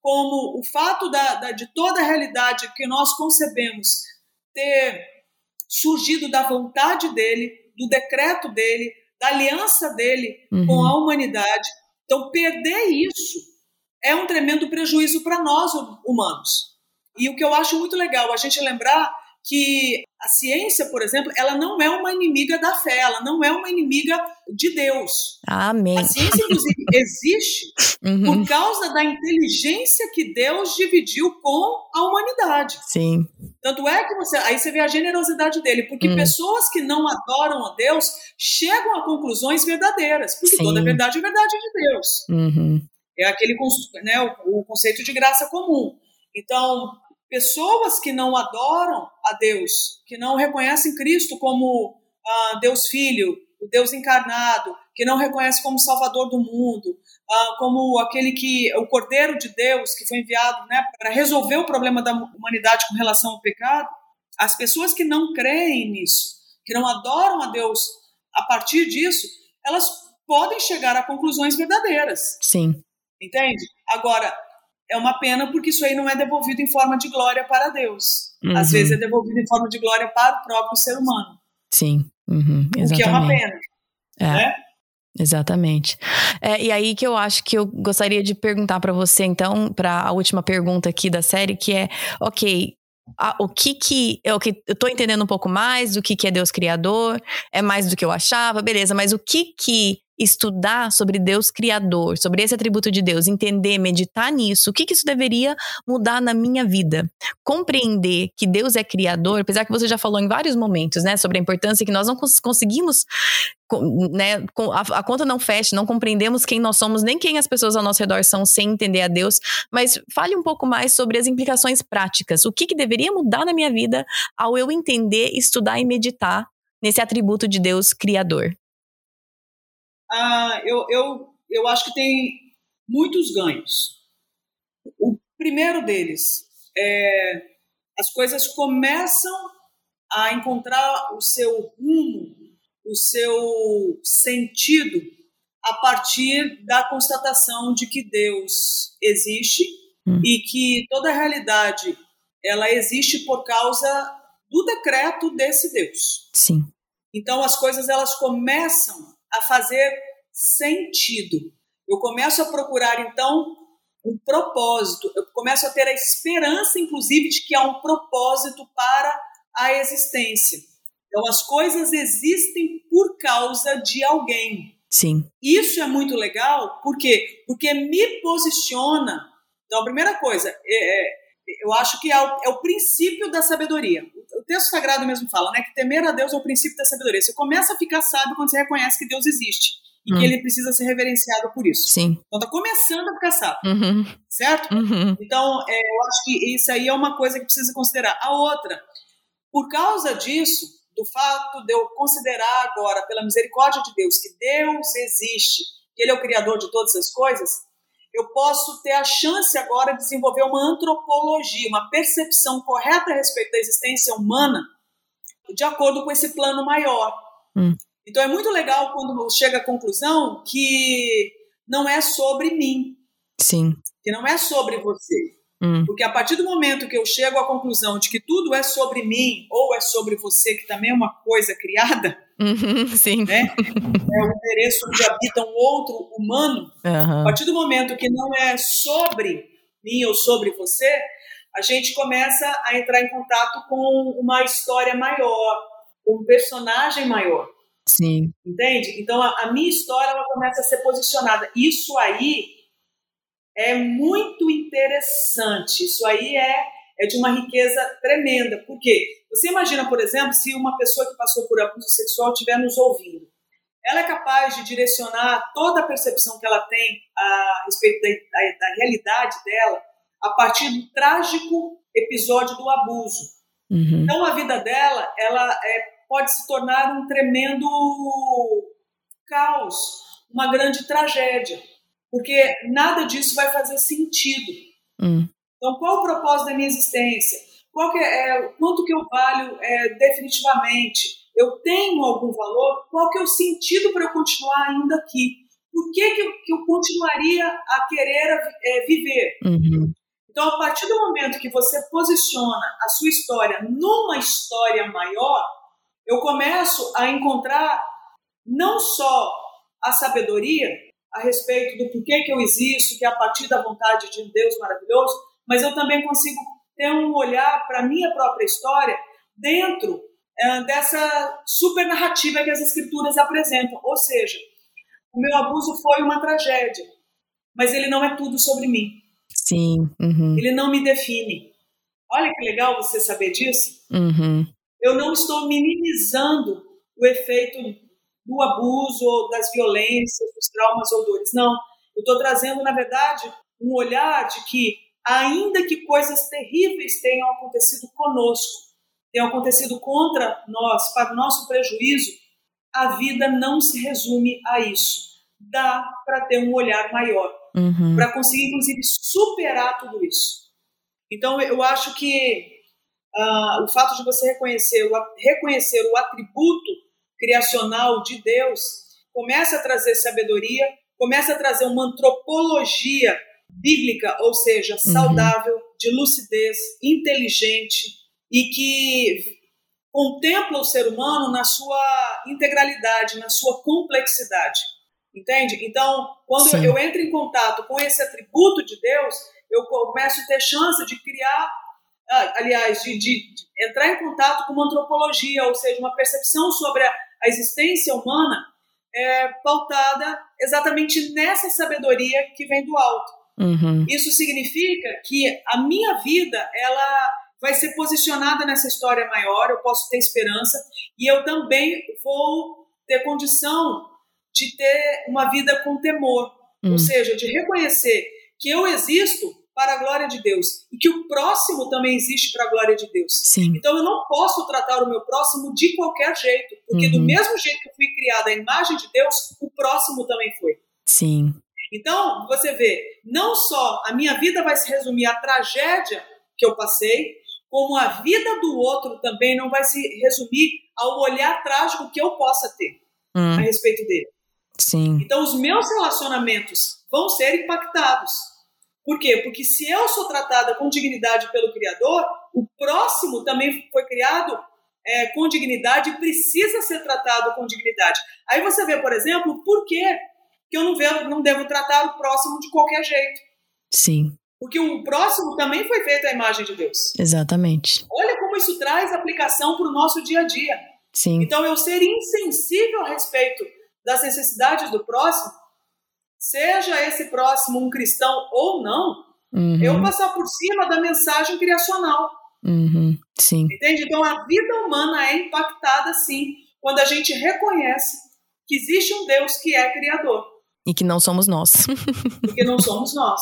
como o fato de toda a realidade que nós concebemos ter surgido da vontade dele, do decreto dele, da aliança dele com a humanidade. Então, perder isso é um tremendo prejuízo para nós humanos. E o que eu acho muito legal, a gente lembrar que a ciência, por exemplo, ela não é uma inimiga da fé, ela não é uma inimiga de Deus. Amém. A ciência, inclusive, existe por causa da inteligência que Deus dividiu com a humanidade. Sim. Tanto é que aí você vê a generosidade dele, porque pessoas que não adoram a Deus chegam a conclusões verdadeiras, porque toda a verdade é verdade de Deus. É aquele, né, o conceito de graça comum. Então, pessoas que não adoram a Deus, que não reconhecem Cristo como Deus Filho, o Deus encarnado, que não reconhece como Salvador do mundo, como o Cordeiro de Deus que foi enviado, né, para resolver o problema da humanidade com relação ao pecado, as pessoas que não creem nisso, que não adoram a Deus a partir disso, elas podem chegar a conclusões verdadeiras. Sim. Entende? Agora, é uma pena porque isso aí não é devolvido em forma de glória para Deus. Às vezes é devolvido em forma de glória para o próprio ser humano. Sim, exatamente. O que é uma pena. Né? Exatamente. E aí que eu acho que eu gostaria de perguntar para você, então, para a última pergunta aqui da série, que é, ok, o que eu tô entendendo um pouco mais do que é Deus Criador, é mais do que eu achava, beleza, mas o que estudar sobre Deus Criador, sobre esse atributo de Deus, entender, meditar nisso, o que isso deveria mudar na minha vida? Compreender que Deus é Criador, apesar que você já falou em vários momentos, né, sobre a importância que nós não conseguimos, né, a conta não fecha, não compreendemos quem nós somos, nem quem as pessoas ao nosso redor são, sem entender a Deus, mas fale um pouco mais sobre as implicações práticas, o que deveria mudar na minha vida ao eu entender, estudar e meditar nesse atributo de Deus Criador. Eu acho que tem muitos ganhos. O primeiro deles é as coisas começam a encontrar o seu rumo, o seu sentido a partir da constatação de que Deus existe e que toda a realidade ela existe por causa do decreto desse Deus. Sim. Então as coisas elas começam a fazer sentido. Eu começo a procurar, então, um propósito. Eu começo a ter a esperança, inclusive, de que há um propósito para a existência. Então, as coisas existem por causa de alguém. Sim. Isso é muito legal, por quê? Porque me posiciona. Então, a primeira coisa, eu acho que é o princípio da sabedoria. O texto sagrado mesmo fala, né, que temer a Deus é o princípio da sabedoria. Você começa a ficar sábio quando você reconhece que Deus existe e que ele precisa ser reverenciado por isso. Sim. Então está começando a ficar sábio, certo? Então eu acho que isso aí é uma coisa que precisa considerar. A outra, por causa disso, do fato de eu considerar agora, pela misericórdia de Deus, que Deus existe, que ele é o criador de todas as coisas, eu posso ter a chance agora de desenvolver uma antropologia, uma percepção correta a respeito da existência humana de acordo com esse plano maior. Então é muito legal quando chega à conclusão que não é sobre mim. Sim. Que não é sobre você. Porque a partir do momento que eu chego à conclusão de que tudo é sobre mim ou é sobre você, que também é uma coisa criada, sim. Né? É o endereço onde habita um outro humano. A partir do momento que não é sobre mim ou sobre você, a gente começa a entrar em contato com uma história maior, com um personagem maior. Sim. Entende? Então a minha história ela começa a ser posicionada. Isso aí é muito interessante. Isso aí é de uma riqueza tremenda. Por quê? Você imagina, por exemplo, se uma pessoa que passou por abuso sexual estiver nos ouvindo. Ela é capaz de direcionar toda a percepção que ela tem a respeito da realidade dela a partir do trágico episódio do abuso. Então, a vida dela ela pode se tornar um tremendo caos, uma grande tragédia, porque nada disso vai fazer sentido. Então, qual o propósito da minha existência? Quanto que eu valho definitivamente? Eu tenho algum valor? Qual que é o sentido para eu continuar ainda aqui? por que eu continuaria a querer viver? Uhum. Então, a partir do momento que você posiciona a sua história numa história maior, eu começo a encontrar não só a sabedoria a respeito do porquê que eu existo, que é a partir da vontade de um Deus maravilhoso, mas eu também consigo ter um olhar para a minha própria história dentro dessa super narrativa que as Escrituras apresentam. Ou seja, o meu abuso foi uma tragédia, mas ele não é tudo sobre mim. Sim. Uhum. Ele não me define. Olha que legal você saber disso. Uhum. Eu não estou minimizando o efeito do abuso, ou das violências, dos traumas ou dores. Não. Eu estou trazendo, na verdade, um olhar de que, ainda que coisas terríveis tenham acontecido conosco, tenham acontecido contra nós, para o nosso prejuízo, a vida não se resume a isso. Dá para ter um olhar maior, para conseguir, inclusive, superar tudo isso. Então, eu acho que o fato de você reconhecer o atributo criacional de Deus começa a trazer sabedoria, começa a trazer uma antropologia bíblica, ou seja, saudável, de lucidez, inteligente e que contempla o ser humano na sua integralidade, na sua complexidade. Entende? Então, quando eu entro em contato com esse atributo de Deus, eu começo a ter chance de criar, de entrar em contato com uma antropologia, ou seja, uma percepção sobre a existência humana pautada exatamente nessa sabedoria que vem do alto. Isso significa que a minha vida, ela vai ser posicionada nessa história maior, eu posso ter esperança, e eu também vou ter condição de ter uma vida com temor, ou seja, de reconhecer que eu existo para a glória de Deus e que o próximo também existe para a glória de Deus. Sim. Então eu não posso tratar o meu próximo de qualquer jeito, porque do mesmo jeito que eu fui criada à imagem de Deus, o próximo também foi. Sim. Então, você vê, não só a minha vida vai se resumir à tragédia que eu passei, como a vida do outro também não vai se resumir ao olhar trágico que eu possa ter a respeito dele. Sim. Então, os meus relacionamentos vão ser impactados. Por quê? Porque se eu sou tratada com dignidade pelo Criador, o próximo também foi criado com dignidade e precisa ser tratado com dignidade. Aí você vê, por exemplo, por que eu não devo tratar o próximo de qualquer jeito. Sim. Porque o próximo também foi feito à imagem de Deus. Exatamente. Olha como isso traz aplicação para o nosso dia a dia. Sim. Então, eu ser insensível a respeito das necessidades do próximo, seja esse próximo um cristão ou não, eu passar por cima da mensagem criacional. Sim. Entende? Então, a vida humana é impactada, sim, quando a gente reconhece que existe um Deus que é criador. E que não somos nós. Porque não somos nós.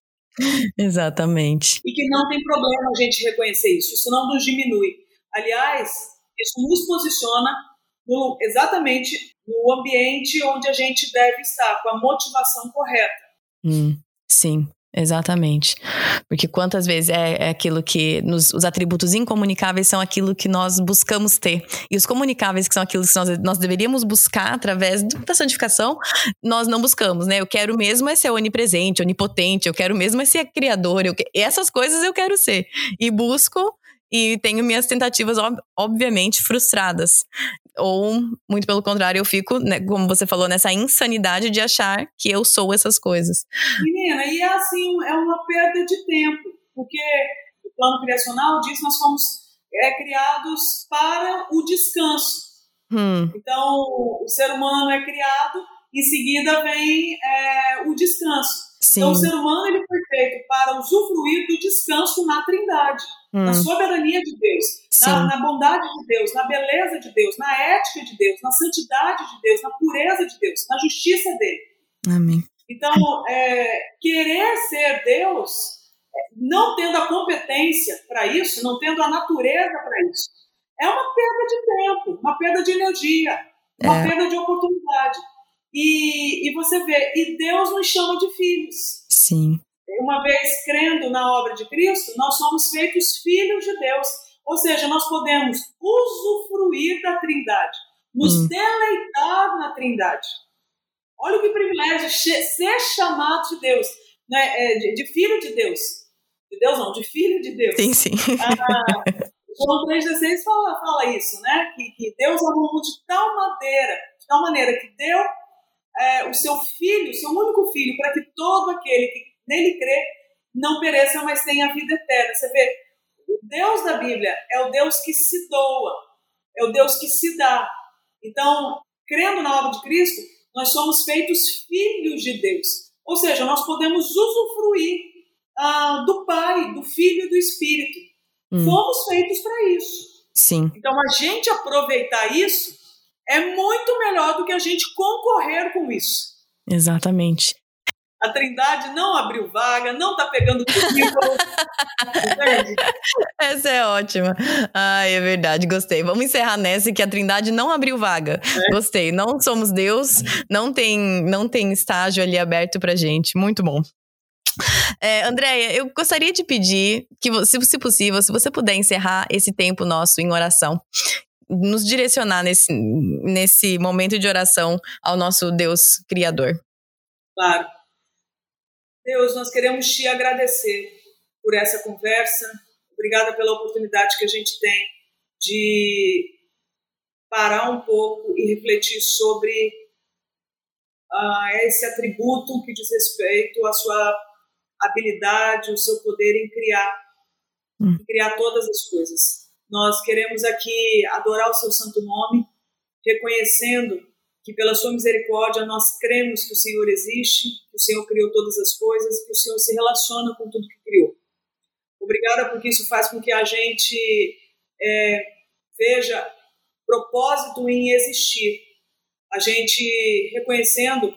Exatamente. E que não tem problema a gente reconhecer isso. Isso não nos diminui. Aliás, isso nos posiciona exatamente no ambiente onde a gente deve estar, com a motivação correta. Sim, exatamente. Porque quantas vezes é aquilo que os atributos incomunicáveis são aquilo que nós buscamos ter. E os comunicáveis, que são aquilo que nós deveríamos buscar através da santificação, nós não buscamos, né? Eu quero mesmo é ser onipresente, onipotente, eu quero mesmo é ser criador, essas coisas eu quero ser. E busco e tenho minhas tentativas, obviamente, frustradas. Ou, muito pelo contrário, eu fico, né, como você falou, nessa insanidade de achar que eu sou essas coisas. Menina, e assim, é uma perda de tempo, porque o plano criacional diz que nós fomos criados para o descanso. Então, o ser humano é criado, em seguida vem o descanso. Sim. Então, o ser humano ele foi feito para usufruir do descanso na Trindade, na soberania de Deus, na bondade de Deus, na beleza de Deus, na ética de Deus, na santidade de Deus, na pureza de Deus, na justiça dele. Amém. Então, querer ser Deus, não tendo a competência para isso, não tendo a natureza para isso, é uma perda de tempo, uma perda de energia, uma perda de oportunidade. E você vê, e Deus nos chama de filhos. Sim. Uma vez crendo na obra de Cristo, nós somos feitos filhos de Deus. Ou seja, nós podemos usufruir da Trindade, nos deleitar na Trindade. Olha que privilégio ser chamado de Deus, né? De filho de Deus. De Deus não, de filho de Deus. Sim. João 3,16 fala isso, né? Que Deus amou o mundo de tal maneira que deu o seu filho, o seu único filho, para que todo aquele que nele crê não pereça, mas tenha a vida eterna. Você vê, o Deus da Bíblia é o Deus que se doa, é o Deus que se dá. Então, crendo na obra de Cristo, nós somos feitos filhos de Deus. Ou seja, nós podemos usufruir do Pai, do Filho e do Espírito. Fomos feitos para isso. Sim. Então, a gente aproveitar isso é muito melhor do que a gente concorrer com isso. Exatamente. A Trindade não abriu vaga, não está pegando currículo. Entende? Essa é ótima. Ai, é verdade, gostei. Vamos encerrar nessa que a Trindade não abriu vaga. Gostei. Não somos Deus, não tem estágio ali aberto pra gente. Muito bom. Andréia, eu gostaria de pedir que, se possível, se você puder encerrar esse tempo nosso em oração, nos direcionar nesse momento de oração ao nosso Deus Criador. Claro. Deus, nós queremos te agradecer por essa conversa. Obrigada pela oportunidade que a gente tem de parar um pouco e refletir sobre esse atributo que diz respeito à sua habilidade, o seu poder em criar todas as coisas. Nós queremos aqui adorar o seu santo nome, reconhecendo que pela sua misericórdia nós cremos que o Senhor existe, que o Senhor criou todas as coisas, que o Senhor se relaciona com tudo que criou. Obrigada porque isso faz com que a gente veja propósito em existir. A gente reconhecendo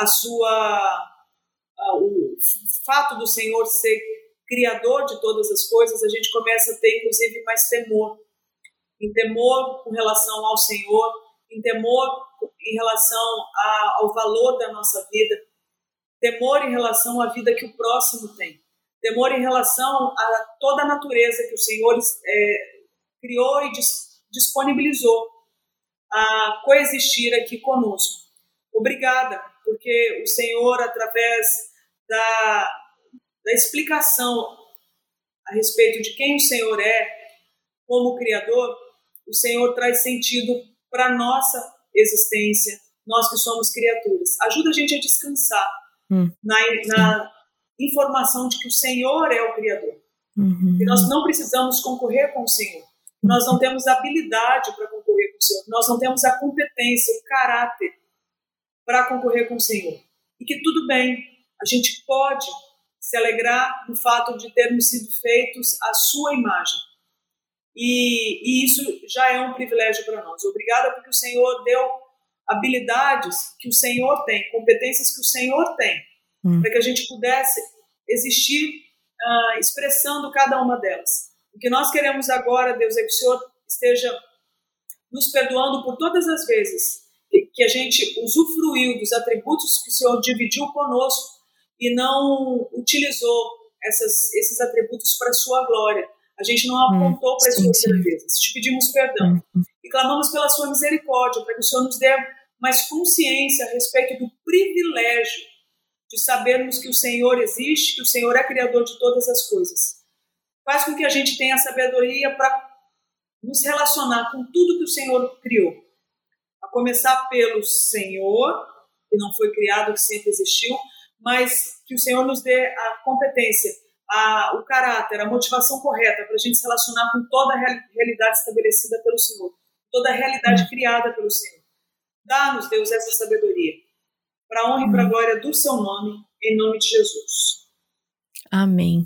o fato do Senhor ser criador de todas as coisas, a gente começa a ter inclusive mais temor. Em temor com relação ao Senhor, em temor em relação ao valor da nossa vida, temor em relação à vida que o próximo tem, temor em relação a toda a natureza que o Senhor criou e disponibilizou a coexistir aqui conosco. Obrigada, porque o Senhor, através da explicação a respeito de quem o Senhor é como Criador, o Senhor traz sentido para a nossa existência, nós que somos criaturas. Ajuda a gente a descansar na informação de que o Senhor é o Criador. Que nós não precisamos concorrer com o Senhor. Nós não temos habilidade para concorrer com o Senhor. Nós não temos a competência, o caráter para concorrer com o Senhor. E que tudo bem, a gente pode se alegrar no fato de termos sido feitos à sua imagem. E isso já é um privilégio para nós. Obrigada porque o Senhor deu habilidades que o Senhor tem, competências que o Senhor tem, para que a gente pudesse existir expressando cada uma delas. O que nós queremos agora, Deus, é que o Senhor esteja nos perdoando por todas as vezes que a gente usufruiu dos atributos que o Senhor dividiu conosco e não utilizou esses atributos para a sua glória. A gente não apontou para as suas grandezas. Te pedimos perdão. E clamamos pela sua misericórdia, para que o Senhor nos dê mais consciência a respeito do privilégio de sabermos que o Senhor existe, que o Senhor é criador de todas as coisas. Faz com que a gente tenha sabedoria para nos relacionar com tudo que o Senhor criou. A começar pelo Senhor, que não foi criado, que sempre existiu, mas que o Senhor nos dê a competência, o caráter, a motivação correta para a gente se relacionar com toda a realidade estabelecida pelo Senhor, toda a realidade criada pelo Senhor. Dá-nos, Deus, essa sabedoria, para a honra e para a glória do seu nome, em nome de Jesus. Amém.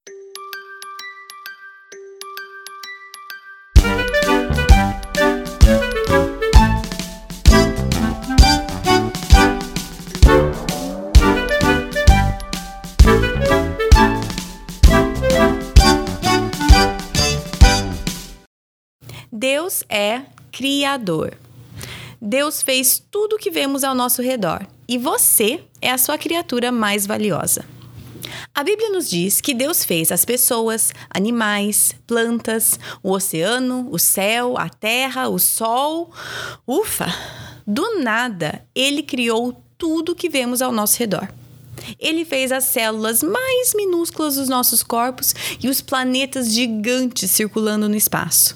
Deus é criador. Deus fez tudo o que vemos ao nosso redor e você é a sua criatura mais valiosa. A Bíblia nos diz que Deus fez as pessoas, animais, plantas, o oceano, o céu, a terra, o sol. Ufa! Do nada, Ele criou tudo que vemos ao nosso redor. Ele fez as células mais minúsculas dos nossos corpos e os planetas gigantes circulando no espaço.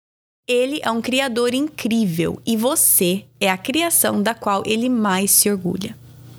Ele é um criador incrível e você é a criação da qual ele mais se orgulha.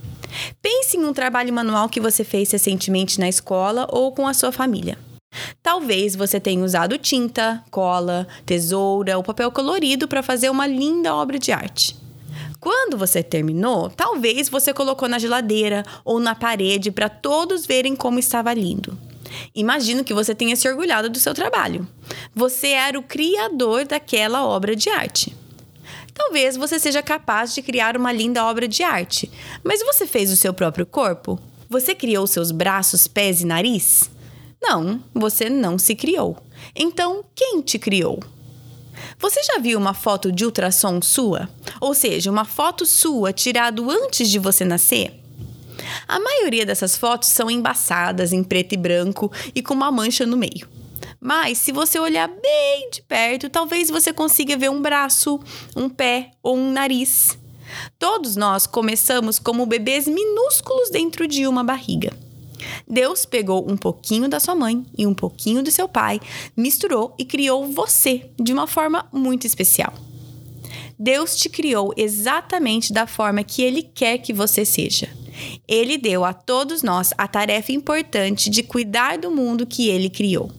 Pense em um trabalho manual que você fez recentemente na escola ou com a sua família. Talvez você tenha usado tinta, cola, tesoura ou papel colorido para fazer uma linda obra de arte. Quando você terminou, talvez você colocou na geladeira ou na parede para todos verem como estava lindo. Imagino que você tenha se orgulhado do seu trabalho. Você era o criador daquela obra de arte. Talvez você seja capaz de criar uma linda obra de arte, mas você fez o seu próprio corpo? Você criou seus braços, pés e nariz? Não, você não se criou. Então, quem te criou? Você já viu uma foto de ultrassom sua? Ou seja, uma foto sua tirada antes de você nascer? A maioria dessas fotos são embaçadas, em preto e branco e com uma mancha no meio. Mas, se você olhar bem de perto, talvez você consiga ver um braço, um pé ou um nariz. Todos nós começamos como bebês minúsculos dentro de uma barriga. Deus pegou um pouquinho da sua mãe e um pouquinho do seu pai, misturou e criou você de uma forma muito especial. Deus te criou exatamente da forma que Ele quer que você seja. Ele deu a todos nós a tarefa importante de cuidar do mundo que Ele criou.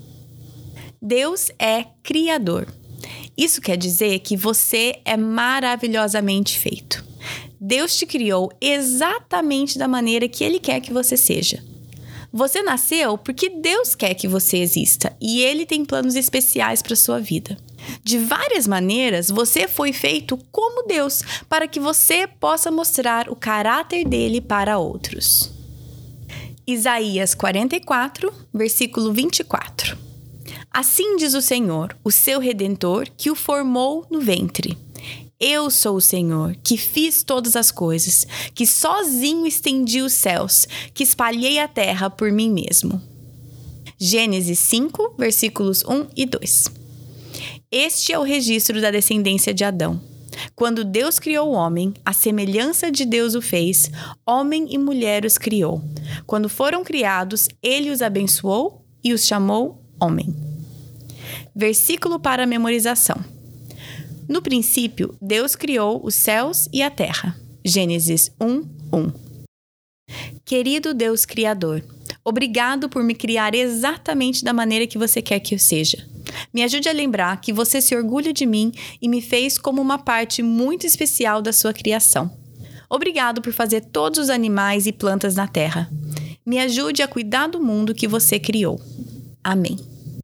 Deus é criador. Isso quer dizer que você é maravilhosamente feito. Deus te criou exatamente da maneira que Ele quer que você seja. Você nasceu porque Deus quer que você exista e Ele tem planos especiais para a sua vida. De várias maneiras, você foi feito como Deus para que você possa mostrar o caráter dele para outros. Isaías 44, versículo 24. Assim diz o Senhor, o seu Redentor, que o formou no ventre. Eu sou o Senhor, que fiz todas as coisas, que sozinho estendi os céus, que espalhei a terra por mim mesmo. Gênesis 5, versículos 1 e 2. Este é o registro da descendência de Adão. Quando Deus criou o homem, a semelhança de Deus o fez, homem e mulher os criou. Quando foram criados, ele os abençoou e os chamou homem. Versículo para memorização. No princípio, Deus criou os céus e a terra. Gênesis 1, 1. Querido Deus Criador, obrigado por me criar exatamente da maneira que você quer que eu seja. Me ajude a lembrar que você se orgulha de mim e me fez como uma parte muito especial da sua criação. Obrigado por fazer todos os animais e plantas na terra. Me ajude a cuidar do mundo que você criou. Amém.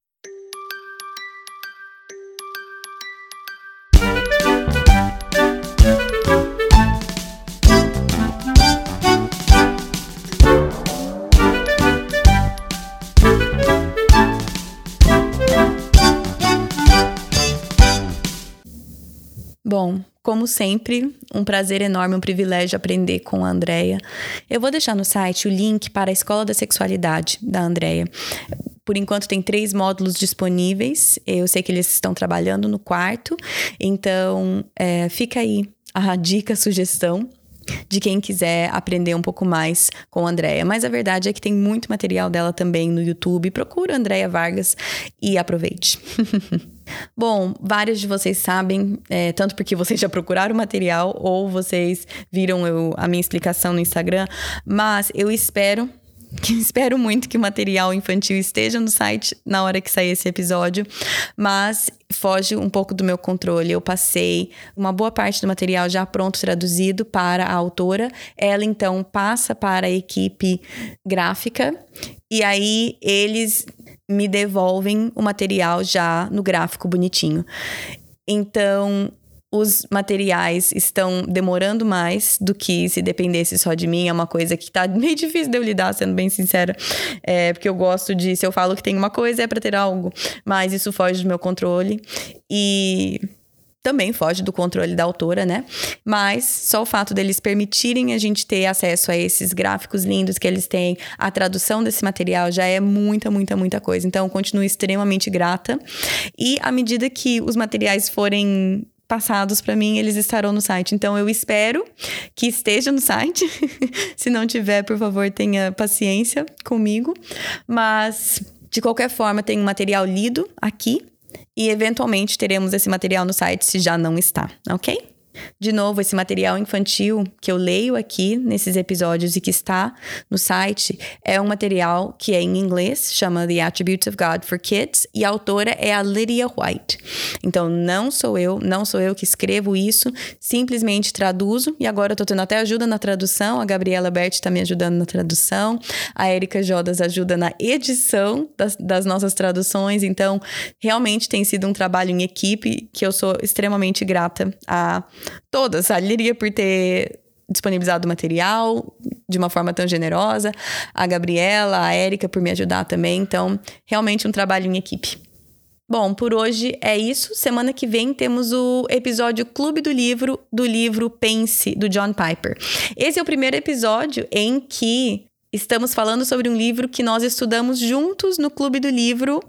Bom, como sempre, um prazer enorme, um privilégio aprender com a Andréia. Eu vou deixar no site o link para a Escola da Sexualidade da Andréia. Por enquanto tem 3 módulos disponíveis. Eu sei que eles estão trabalhando no 4º. Então, fica aí a dica, a sugestão de quem quiser aprender um pouco mais com a Andréia. Mas a verdade é que tem muito material dela também no YouTube. Procura Andréia Vargas e aproveite. Bom, vários de vocês sabem, tanto porque vocês já procuraram o material ou vocês viram a minha explicação no Instagram, mas eu espero muito que o material infantil esteja no site na hora que sair esse episódio, mas foge um pouco do meu controle. Eu passei uma boa parte do material já pronto, traduzido para a autora. Ela, então, passa para a equipe gráfica e aí eles me devolvem o material já no gráfico bonitinho. Então, os materiais estão demorando mais do que se dependesse só de mim. É uma coisa que tá meio difícil de eu lidar, sendo bem sincera. Porque eu gosto de... Se eu falo que tem uma coisa, é pra ter algo. Mas isso foge do meu controle. E também foge do controle da autora, né? Mas só o fato deles permitirem a gente ter acesso a esses gráficos lindos que eles têm, a tradução desse material já é muita, muita, muita coisa. Então, eu continuo extremamente grata. E à medida que os materiais forem passados para mim, eles estarão no site. Então, eu espero que esteja no site. Se não tiver, por favor, tenha paciência comigo. Mas, de qualquer forma, tem um material lido aqui. E, eventualmente, teremos esse material no site se já não está, ok? De novo, esse material infantil que eu leio aqui nesses episódios e que está no site é um material que é em inglês, chama The Attributes of God for Kids, e a autora é a Lydia White. Então, não sou eu que escrevo isso, simplesmente traduzo, e agora eu tô tendo até ajuda na tradução, a Gabriela Berti tá me ajudando na tradução, a Erika Jodas ajuda na edição das nossas traduções, então, realmente tem sido um trabalho em equipe que eu sou extremamente grata a todas, a Líria por ter disponibilizado o material de uma forma tão generosa, a Gabriela, a Érica por me ajudar também, então realmente um trabalho em equipe. Bom, por hoje é isso. Semana que vem temos o episódio Clube do livro Pense, do John Piper. Esse é o primeiro episódio em que estamos falando sobre um livro que nós estudamos juntos no Clube do Livro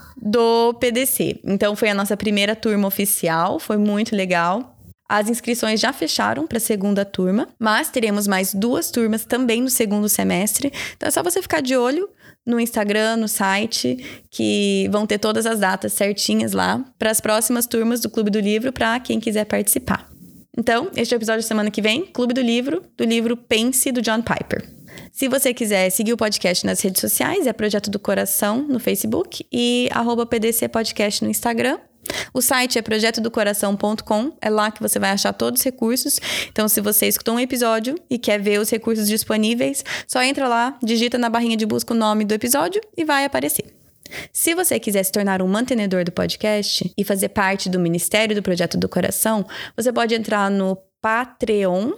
do PDC. Então foi a nossa primeira turma oficial, foi muito legal. As inscrições já fecharam para a segunda turma, mas teremos mais 2 turmas também no segundo semestre. Então é só você ficar de olho no Instagram, no site, que vão ter todas as datas certinhas lá para as próximas turmas do Clube do Livro, para quem quiser participar. Então, este é o episódio da semana que vem, Clube do livro Pense, do John Piper. Se você quiser seguir o podcast nas redes sociais, é Projeto do Coração no Facebook e @PDC Podcast no Instagram. O site é projetodocoração.com, é lá que você vai achar todos os recursos. Então, se você escutou um episódio e quer ver os recursos disponíveis, só entra lá, digita na barrinha de busca o nome do episódio e vai aparecer. Se você quiser se tornar um mantenedor do podcast e fazer parte do Ministério do Projeto do Coração, você pode entrar no Patreon,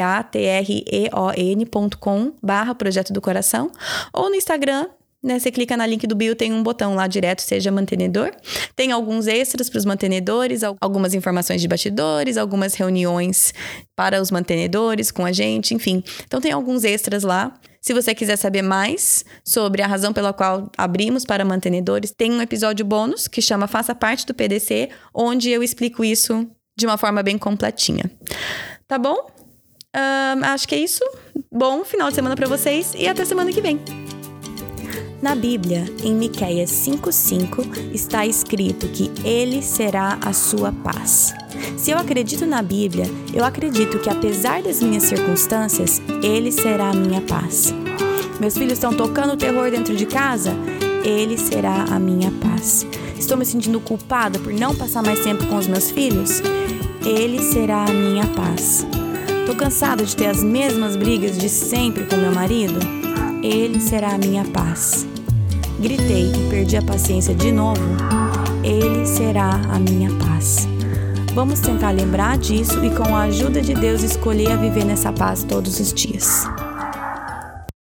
patreon.com/Projeto do Coração, ou no Instagram, né? Você clica na link do bio, tem um botão lá direto, seja mantenedor. Tem alguns extras para os mantenedores, algumas informações de bastidores, algumas reuniões para os mantenedores com a gente, enfim. Então tem alguns extras lá. Se você quiser saber mais sobre a razão pela qual abrimos para mantenedores, tem um episódio bônus que chama Faça Parte do PDC, onde eu explico isso de uma forma bem completinha. Tá bom? Acho que é isso. Bom final de semana para vocês e até semana que vem. Na Bíblia, em Miqueias 5:5, está escrito que Ele será a sua paz. Se eu acredito na Bíblia, eu acredito que apesar das minhas circunstâncias, Ele será a minha paz. Meus filhos estão tocando o terror dentro de casa? Ele será a minha paz. Estou me sentindo culpada por não passar mais tempo com os meus filhos? Ele será a minha paz. Estou cansada de ter as mesmas brigas de sempre com meu marido? Ele será a minha paz. Gritei e perdi a paciência de novo? Ele será a minha paz. Vamos tentar lembrar disso e, com a ajuda de Deus, escolher a viver nessa paz todos os dias.